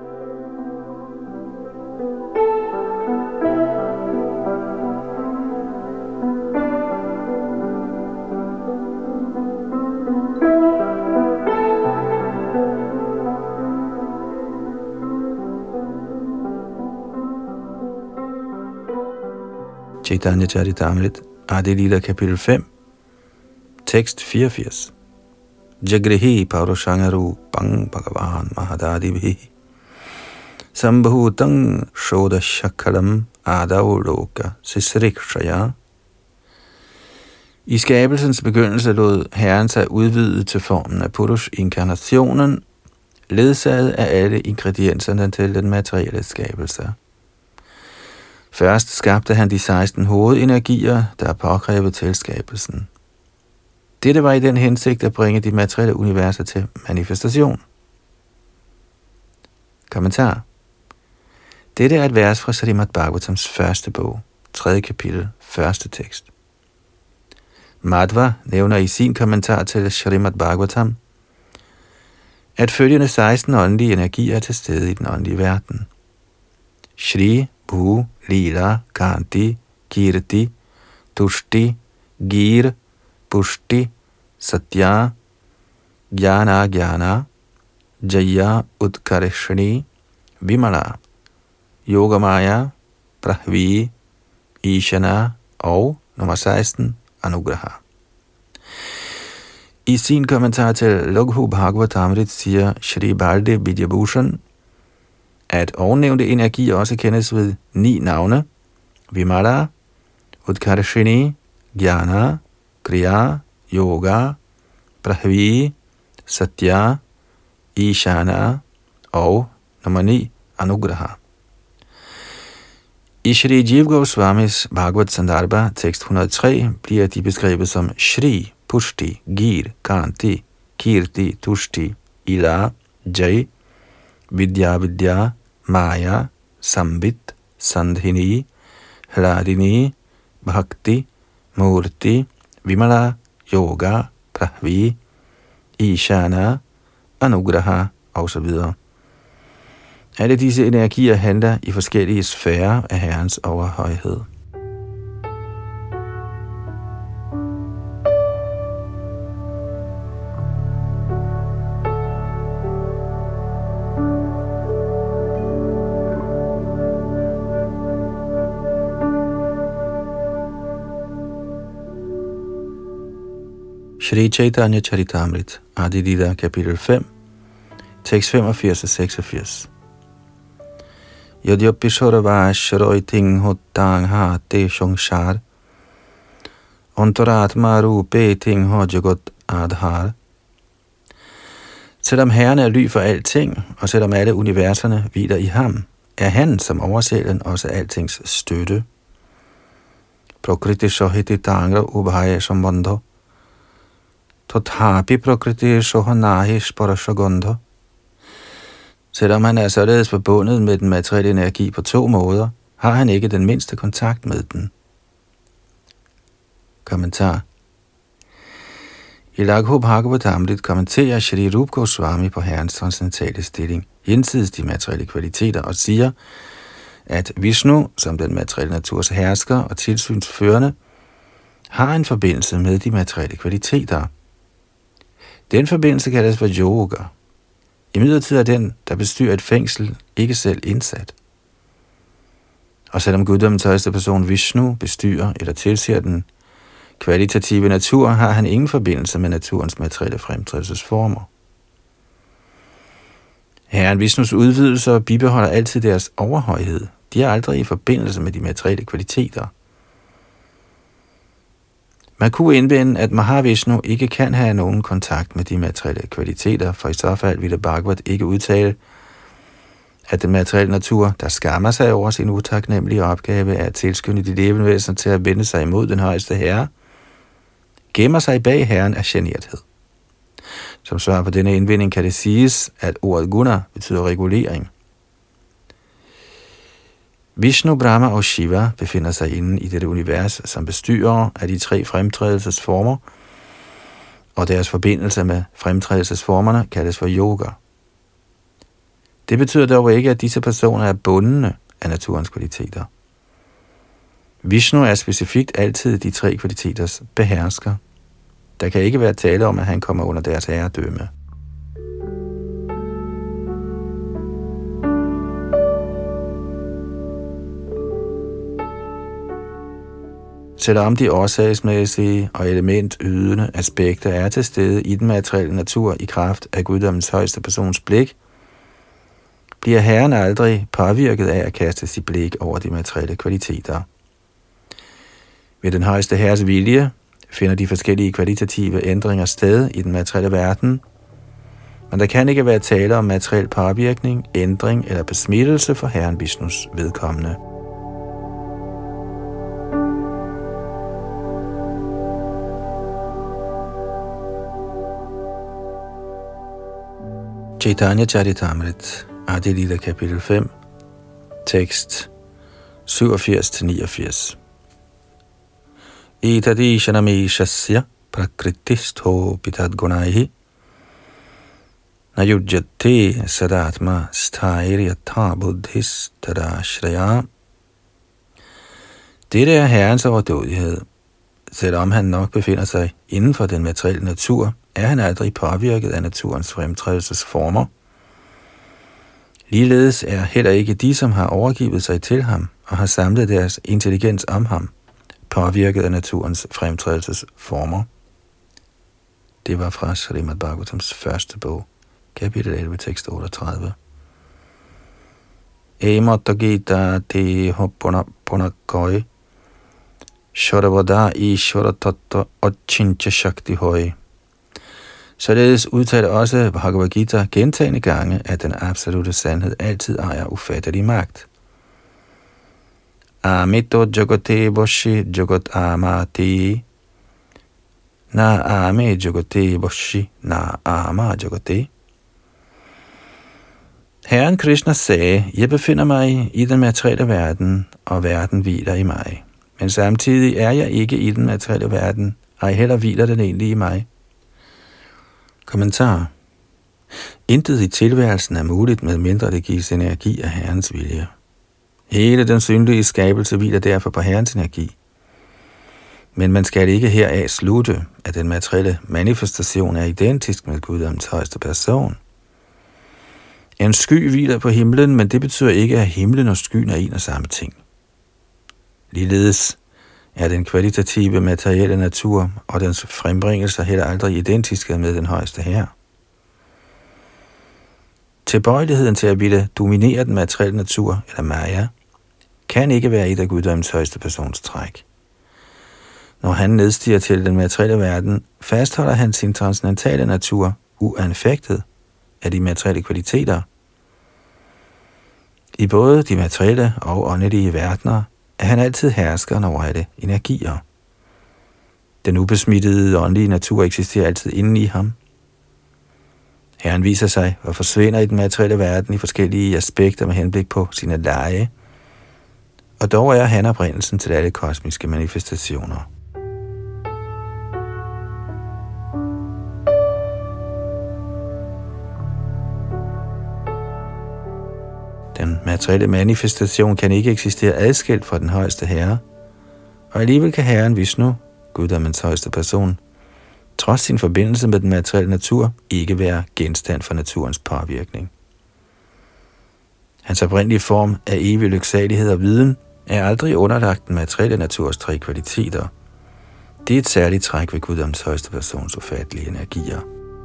Chaitanya Charitamrit, Adi Lila, kapitel fem, tekst fireogfirs. Jagrihi Paurushangaru Bang Bhagavan Mahadadivihi Sambhutang Shodashakalam Adauloka Sisrikshaya. I skabelsens begyndelse lod Herren sig udvide til formen af Purush-inkarnationen, ledsaget af alle ingredienserne til den materielle skabelse. Først skabte han de seksten hovedenergier, der er påkrævet til skabelsen. Dette var i den hensigt at bringe de materielle universer til manifestation. Kommentar. Dette er et vers fra Srimad Bhagavatams første bog, tredje kapitel, første tekst. Madhva nævner i sin kommentar til Srimad Bhagavatam, at følgende seksten åndelige energier er til stede i den åndelige verden. Shri, Bhu, Lila, Kanti, Kirti, Tushti, Gir, Pushti, Satya, Jnana Jnana, Jaya Utkarishani, Vimala, Yogamaya, Prahvi, Ishana og nummer seksten, Anugraha. I sin kommentar til Laghu Bhagavatamrit siger Shri Baldev Vidyabhushan, at ovennævnte energi også kendes ved ni navne: Vimala, Utkarishini, Jnana, Kriya, Yoga, Prahvi, Satya, Ishana og nummer ni, Anugraha. I Shri Jiva Goswamis Bhagavad Sandarbha, tekst et hundrede og tre, bliver de beskrevet som Shri, Pushti, Gir, Kanti, Kirti, Tushti, Ila, Jai, Vidya Vidya, Maya, Sambit, Sandhini, Hladini, Bhakti, Murti, Vimala, Yoga, Prahvi, Ishana, Anugraha osv. Alle disse energier handler i forskellige sfærer af Herrens overhøjhed. Shri Chaitanya Charitamrit, Adi Lila, kapitel fem, tekst femogfirs og seksogfirs. Yadyapi Shoravashroi Ting Hotang Ha Te Shongshar Antaratma Rupe Ting Ho Jagat Adhar. Selvom Herren er ly for alting, og selvom alle universerne hviler i ham, er han som oversælen også altings støtte. Prakriti Shohiti Tangra Ubhaya Sambandha Tothapi Prakriti Shohanahi Sparashagandha. Selvom han er således forbundet med den materielle energi på to måder, har han ikke den mindste kontakt med den. Kommentar. I Laghu Bhagavatamrit kommenterer Shri Rupa Goswami på Herrens transcendentale stilling, hinsides de materielle kvaliteter, og siger, at Vishnu, som den materielle naturs hersker og tilsynsførende, har en forbindelse med de materielle kvaliteter. Den forbindelse kaldes for yoga. Imidlertid er den, der bestyrer et fængsel, ikke selv indsat. Og selvom guddommens højeste person Vishnu bestyrer eller tilser den kvalitative natur, har han ingen forbindelse med naturens materielle fremtrædelsesformer. Herren Vishnus udvidelser bibeholder altid deres overhøjhed. De er aldrig i forbindelse med de materielle kvaliteter. Man kunne indvende, at Mahavishnu ikke kan have nogen kontakt med de materielle kvaliteter, for i så fald ville Bhagavat ikke udtale, at den materielle natur, der skammer sig over sin utaknemmelige opgave af at tilskynde de levende væsener til at vende sig imod den højeste herre, gemmer sig bag herren af generthed. Som svar på denne indvending kan det siges, at ordet guna betyder regulering. Vishnu, Brahma og Shiva befinder sig inde i dette univers som bestyrer af de tre fremtrædelsesformer, og deres forbindelse med fremtrædelsesformerne kaldes for yoga. Det betyder dog ikke, at disse personer er bundne af naturens kvaliteter. Vishnu er specifikt altid de tre kvaliteters behersker. Der kan ikke være tale om, at han kommer under deres herredømme. Selvom de årsagsmæssige og elementydende aspekter er til stede i den materielle natur i kraft af guddommens højeste persons blik, bliver Herren aldrig påvirket af at kaste sit blik over de materielle kvaliteter. Ved den højeste herres vilje finder de forskellige kvalitative ændringer sted i den materielle verden, men der kan ikke være tale om materiel påvirkning, ændring eller besmittelse for Herren Vishnus vedkommende. Chaitanya Charitamrit, Adi Lila kapitel fem, tekst syvogfirs til niogfirs. Etadishanameshasya prakritisto pitadgunaihi nayujjate sadatma sthairiyatha buddhis tadashraya. Dette er Herrens overdådighed. Selvom han nok befinder sig inden for den materielle natur, er han aldrig påvirket af naturens fremtrædelsesformer. Ligeledes er heller ikke de, som har overgivet sig til ham og har samlet deres intelligens om ham, påvirket af naturens fremtrædelsesformer. Det var fra Srimad Bhagavatams første bog, kapitel elleve, tekst otteogtredive. Emata Gita te hoppona ponakoi Shoravada Ishvara Tattva Achincha Shakti Hoi. Således udtaler også Bhagavad Gita gentagne gange, at den absolute sandhed altid ejer ufattelig magt. Amito jagate boshi jagat amati na ame jagate boshi na ama jagate. Herren Krishna sagde, jeg befinder mig i den materielle verden, og verden hviler i mig. Men samtidig er jeg ikke i den materielle verden, ej heller hviler den egentlig i mig. Kommentar. Intet i tilværelsen er muligt, med mindre det gives energi af Herrens vilje. Hele den synlige skabelse hviler derfor på Herrens energi. Men man skal ikke heraf slutte, at den materielle manifestation er identisk med Guddoms højeste person. En sky hviler på himlen, men det betyder ikke, at himlen og skyen er en og samme ting. Ligeledes er den kvalitative materielle natur og dens frembringelser heller aldrig identiske med den højeste Herre. Tilbøjeligheden til at ville dominere den materielle natur, eller Maya, kan ikke være et af Guddoms højeste persons træk. Når han nedstiger til den materielle verden, fastholder han sin transcendentale natur uanfægtet af de materielle kvaliteter. I både de materielle og åndelige verdener er han altid herskeren over alle energier. Den ubesmittede åndelige natur eksisterer altid inde i ham. Herren viser sig og forsvinder i den materielle verden i forskellige aspekter med henblik på sine lege, og dog er han oprindelsen til alle kosmiske manifestationer. Den materielle manifestation kan ikke eksistere adskilt fra den højeste Herre, og alligevel kan Herren Vishnu, Guddommens højeste person, trods sin forbindelse med den materielle natur, ikke være genstand for naturens påvirkning. Hans oprindelige form af evig lyksalighed og viden er aldrig underlagt den materielle naturs tre kvaliteter. Det er et særligt træk ved Guddommens højeste persons ufattelige energier.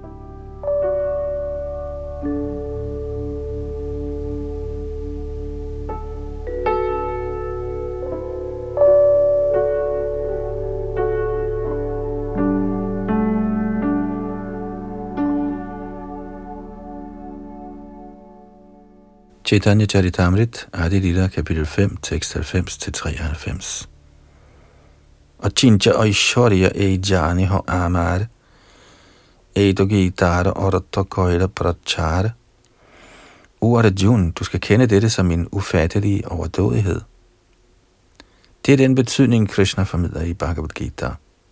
Chaitanya Charitamrit, Adi Lila, kapitel fem, tekst halvfems til treoghalvfems. Achincha Aishwarya Ejani Ho Amar Edo Gitara Oratta Koila Prachar. O Arjuna, du skal kende dette som en ufattelige overdådighed. Det er den betydning, Krishna formidler i Bhagavad Gita.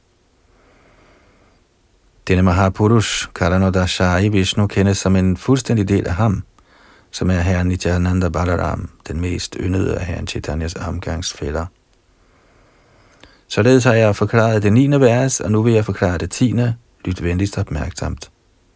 Denne Mahapurush, Karanodashai Vishnu, kendes som en fuldstændig del af ham, som er herren Nityananda Balaram, den mest yndede af herren Chaitanyas omgangsfæller. Således har jeg forklaret det niende vers, og nu vil jeg forklare det tiende. Lyt venligst opmærksomt.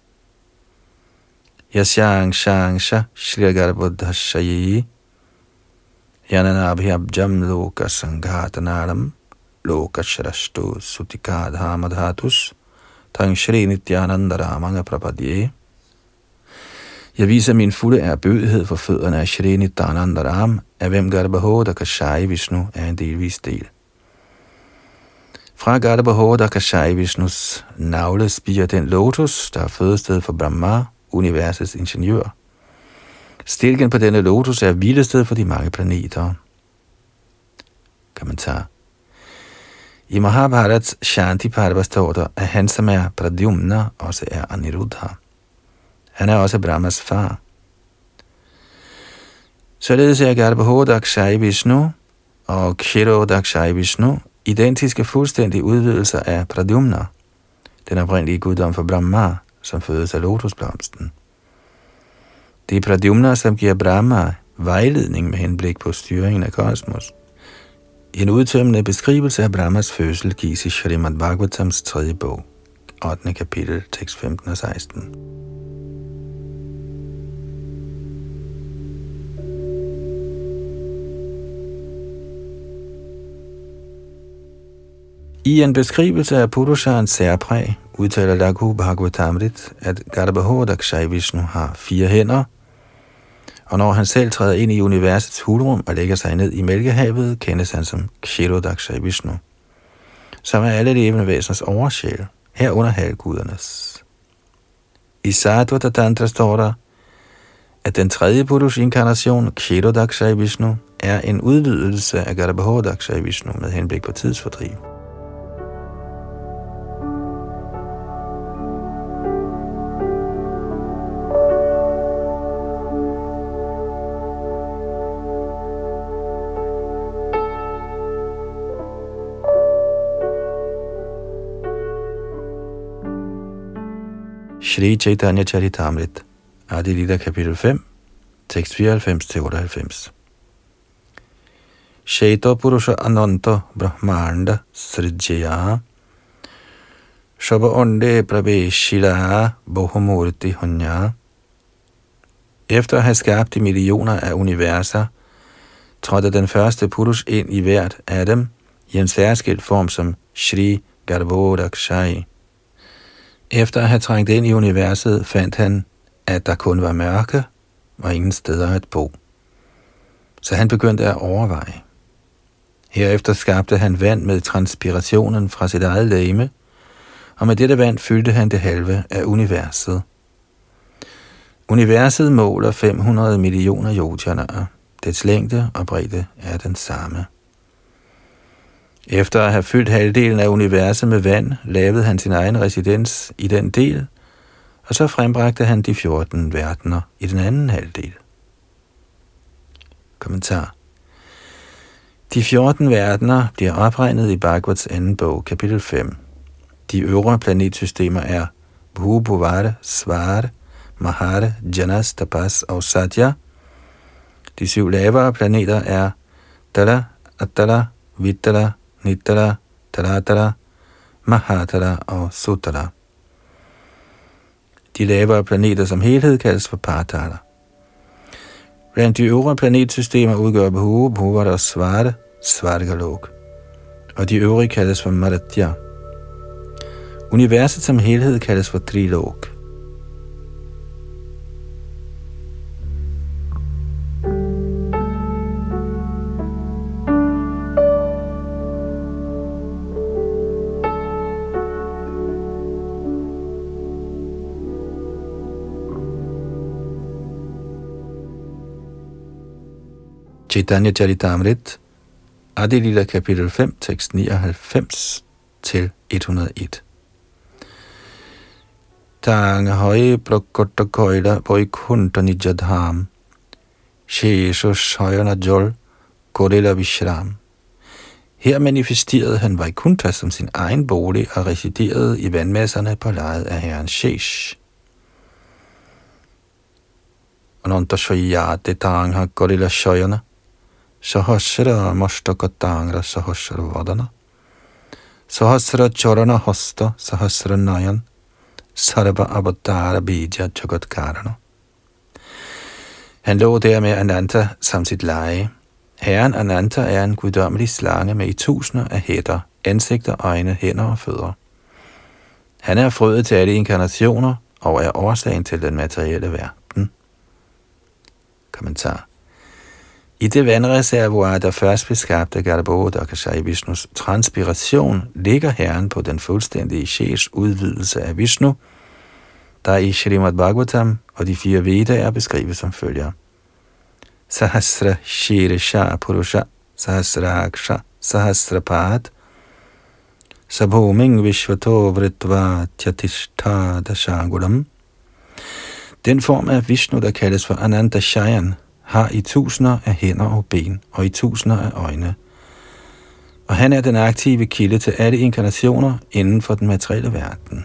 Yasyang shangsha shrigar buddhashayi yananabhyabjam loka sanghatanaram loka shrashtu sutikadhamadhatus tang shri Nityananda ramanga prapadye. Jeg viser min fulde ærbødighed for fødderne af Shri Nityananda Ram, af hvem Garbhoda Kashai Vishnu er en delvis del. Fra Garbhoda Kashai Vishnus navle spiger den lotus, der er fødested for Brahma, universets ingeniør. Stilken på denne lotus er hvilested for de mange planeter. Kommentar. I Mahabharats Shanti Parva står der, at han, som er Pradyumna, også er Aniruddha. Han er også Brahmas far. Således er Garbhodakshai Vishnu og Kshirodakshai Vishnu identiske fuldstændige udvidelser af Pradyumna, den oprindelige guddom for Brahma, som fødes af lotusblomsten. Det er Pradyumna, som giver Brahma vejledning med henblik på styringen af kosmos. En udtømmende beskrivelse af Brahmas fødsel gives i Srimad Bhagavatams tredje bog, ottende kapitel, tekst femten og seksten. I en beskrivelse af Purusharens særpræg udtaler Laghu Bhagavatamrit, at Garbhodakshai Vishnu har fire hænder, og når han selv træder ind i universets hulrum og lægger sig ned i mælkehavet, kendes han som Kshirodakshai Vishnu, som er alle levende væseners oversjæl, herunder halvgudernes. I Sadhvata Tantra står der, at den tredje Purush-inkarnation, Kshirodakshai Vishnu, er en udvidelse af Garbhodakshai Vishnu med henblik på tidsfordriv. Shri Chaitanya Charitamrit, Adi Lila kapitel fem, tekst fireoghalvfems til otteoghalvfems. Shaito Purusha Ananta Brahmanda Srijaya Shobha Onde Prabheshila Bohumurti Hunya. Efter at have skabt de millioner af universer, trådte den første Purush ind i hvert af dem i en særskilt form som Shri Garbhodakshai. Efter at have trængt ind i universet, fandt han, at der kun var mørke og ingen steder at bo. Så han begyndte at overveje. Herefter skabte han vand med transpirationen fra sit eget legeme, og med dette vand fyldte han det halve af universet. Universet måler fem hundrede millioner yojanaer. Dets længde og bredde er den samme. Efter at have fyldt halvdelen af universet med vand, lavede han sin egen residens i den del, og så frembragte han de fjorten verdener i den anden halvdel. Kommentar. De fjorten verdener bliver opregnet i Bhagavats anden bog, kapitel fem. De øvre planetsystemer er Bhubhuvara, Svara, Mahara, Janas, Tapas og Satya. De syv lavere planeter er Tala, Atala, Vittala, Nittala, Taratala, Mahatala og Sutala. De lavere planeter som helhed kaldes for Partala. Blandt de øvre planetsystemer udgør Bhu, Bhuvara og Svara, Svargalok, og de øvrige kaldes for Maratya. Universet som helhed kaldes for Trilok. Chaitanya Charitamrit, Adi Lila kapitel fem, tekst nioghalvfems til et hundrede og en. Tang høje prakota køjla vaikunta nijadham, shesho shayana jol korela vishram. Her manifesterede han Vaikunta som sin egen bolig og residerede i vandmasserne på lejet af herren Shesh. Ananta shayate tangha korela shayana, Sahasra Mashtakatanga Sahasra Vadana Sahasra Charana Hasta Sahasra Nayan Sarva Avatara Bija Jagat Karana. Han lå der med Ananta som sit leje. Herren Ananta er en guddommelig slange med i tusinder af hætter, ansigter, øjne, hænder og fødder. Han er frøet til alle inkarnationer og er årsagen til den materielle verden. Kommentar. I det vandreservoir, der først blev skabt af Garbhodakshai Vishnus transpiration, ligger herren på den fuldstændige sjæls udvidelse af Vishnu, der i Srimad Bhagavatam og de fire Vedaer beskrives som følger. Sahasra Shirisha Purusha Sahasraksha Sahasrapad Sabhoming Vishvato Vritva Tyatishtha Dashangulam. Den form af Vishnu, der kaldes for Ananta Shayan, har i tusinder af hænder og ben og i tusinder af øjne. Og han er den aktive kilde til alle inkarnationer inden for den materielle verden.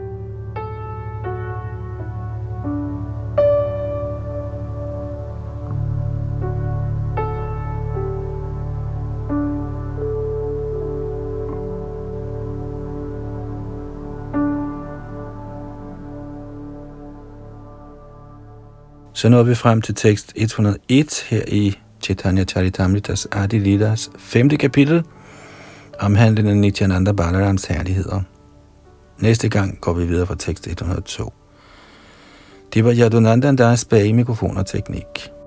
Så når vi frem til tekst et hundrede og en her i Chaitanya Charitamritas Adi Lilas femte kapitel, omhandlende Nityananda Balarams herligheder. Næste gang går vi videre fra tekst et hundrede og to. Det var Yadunandan Das bag mikrofon og teknik.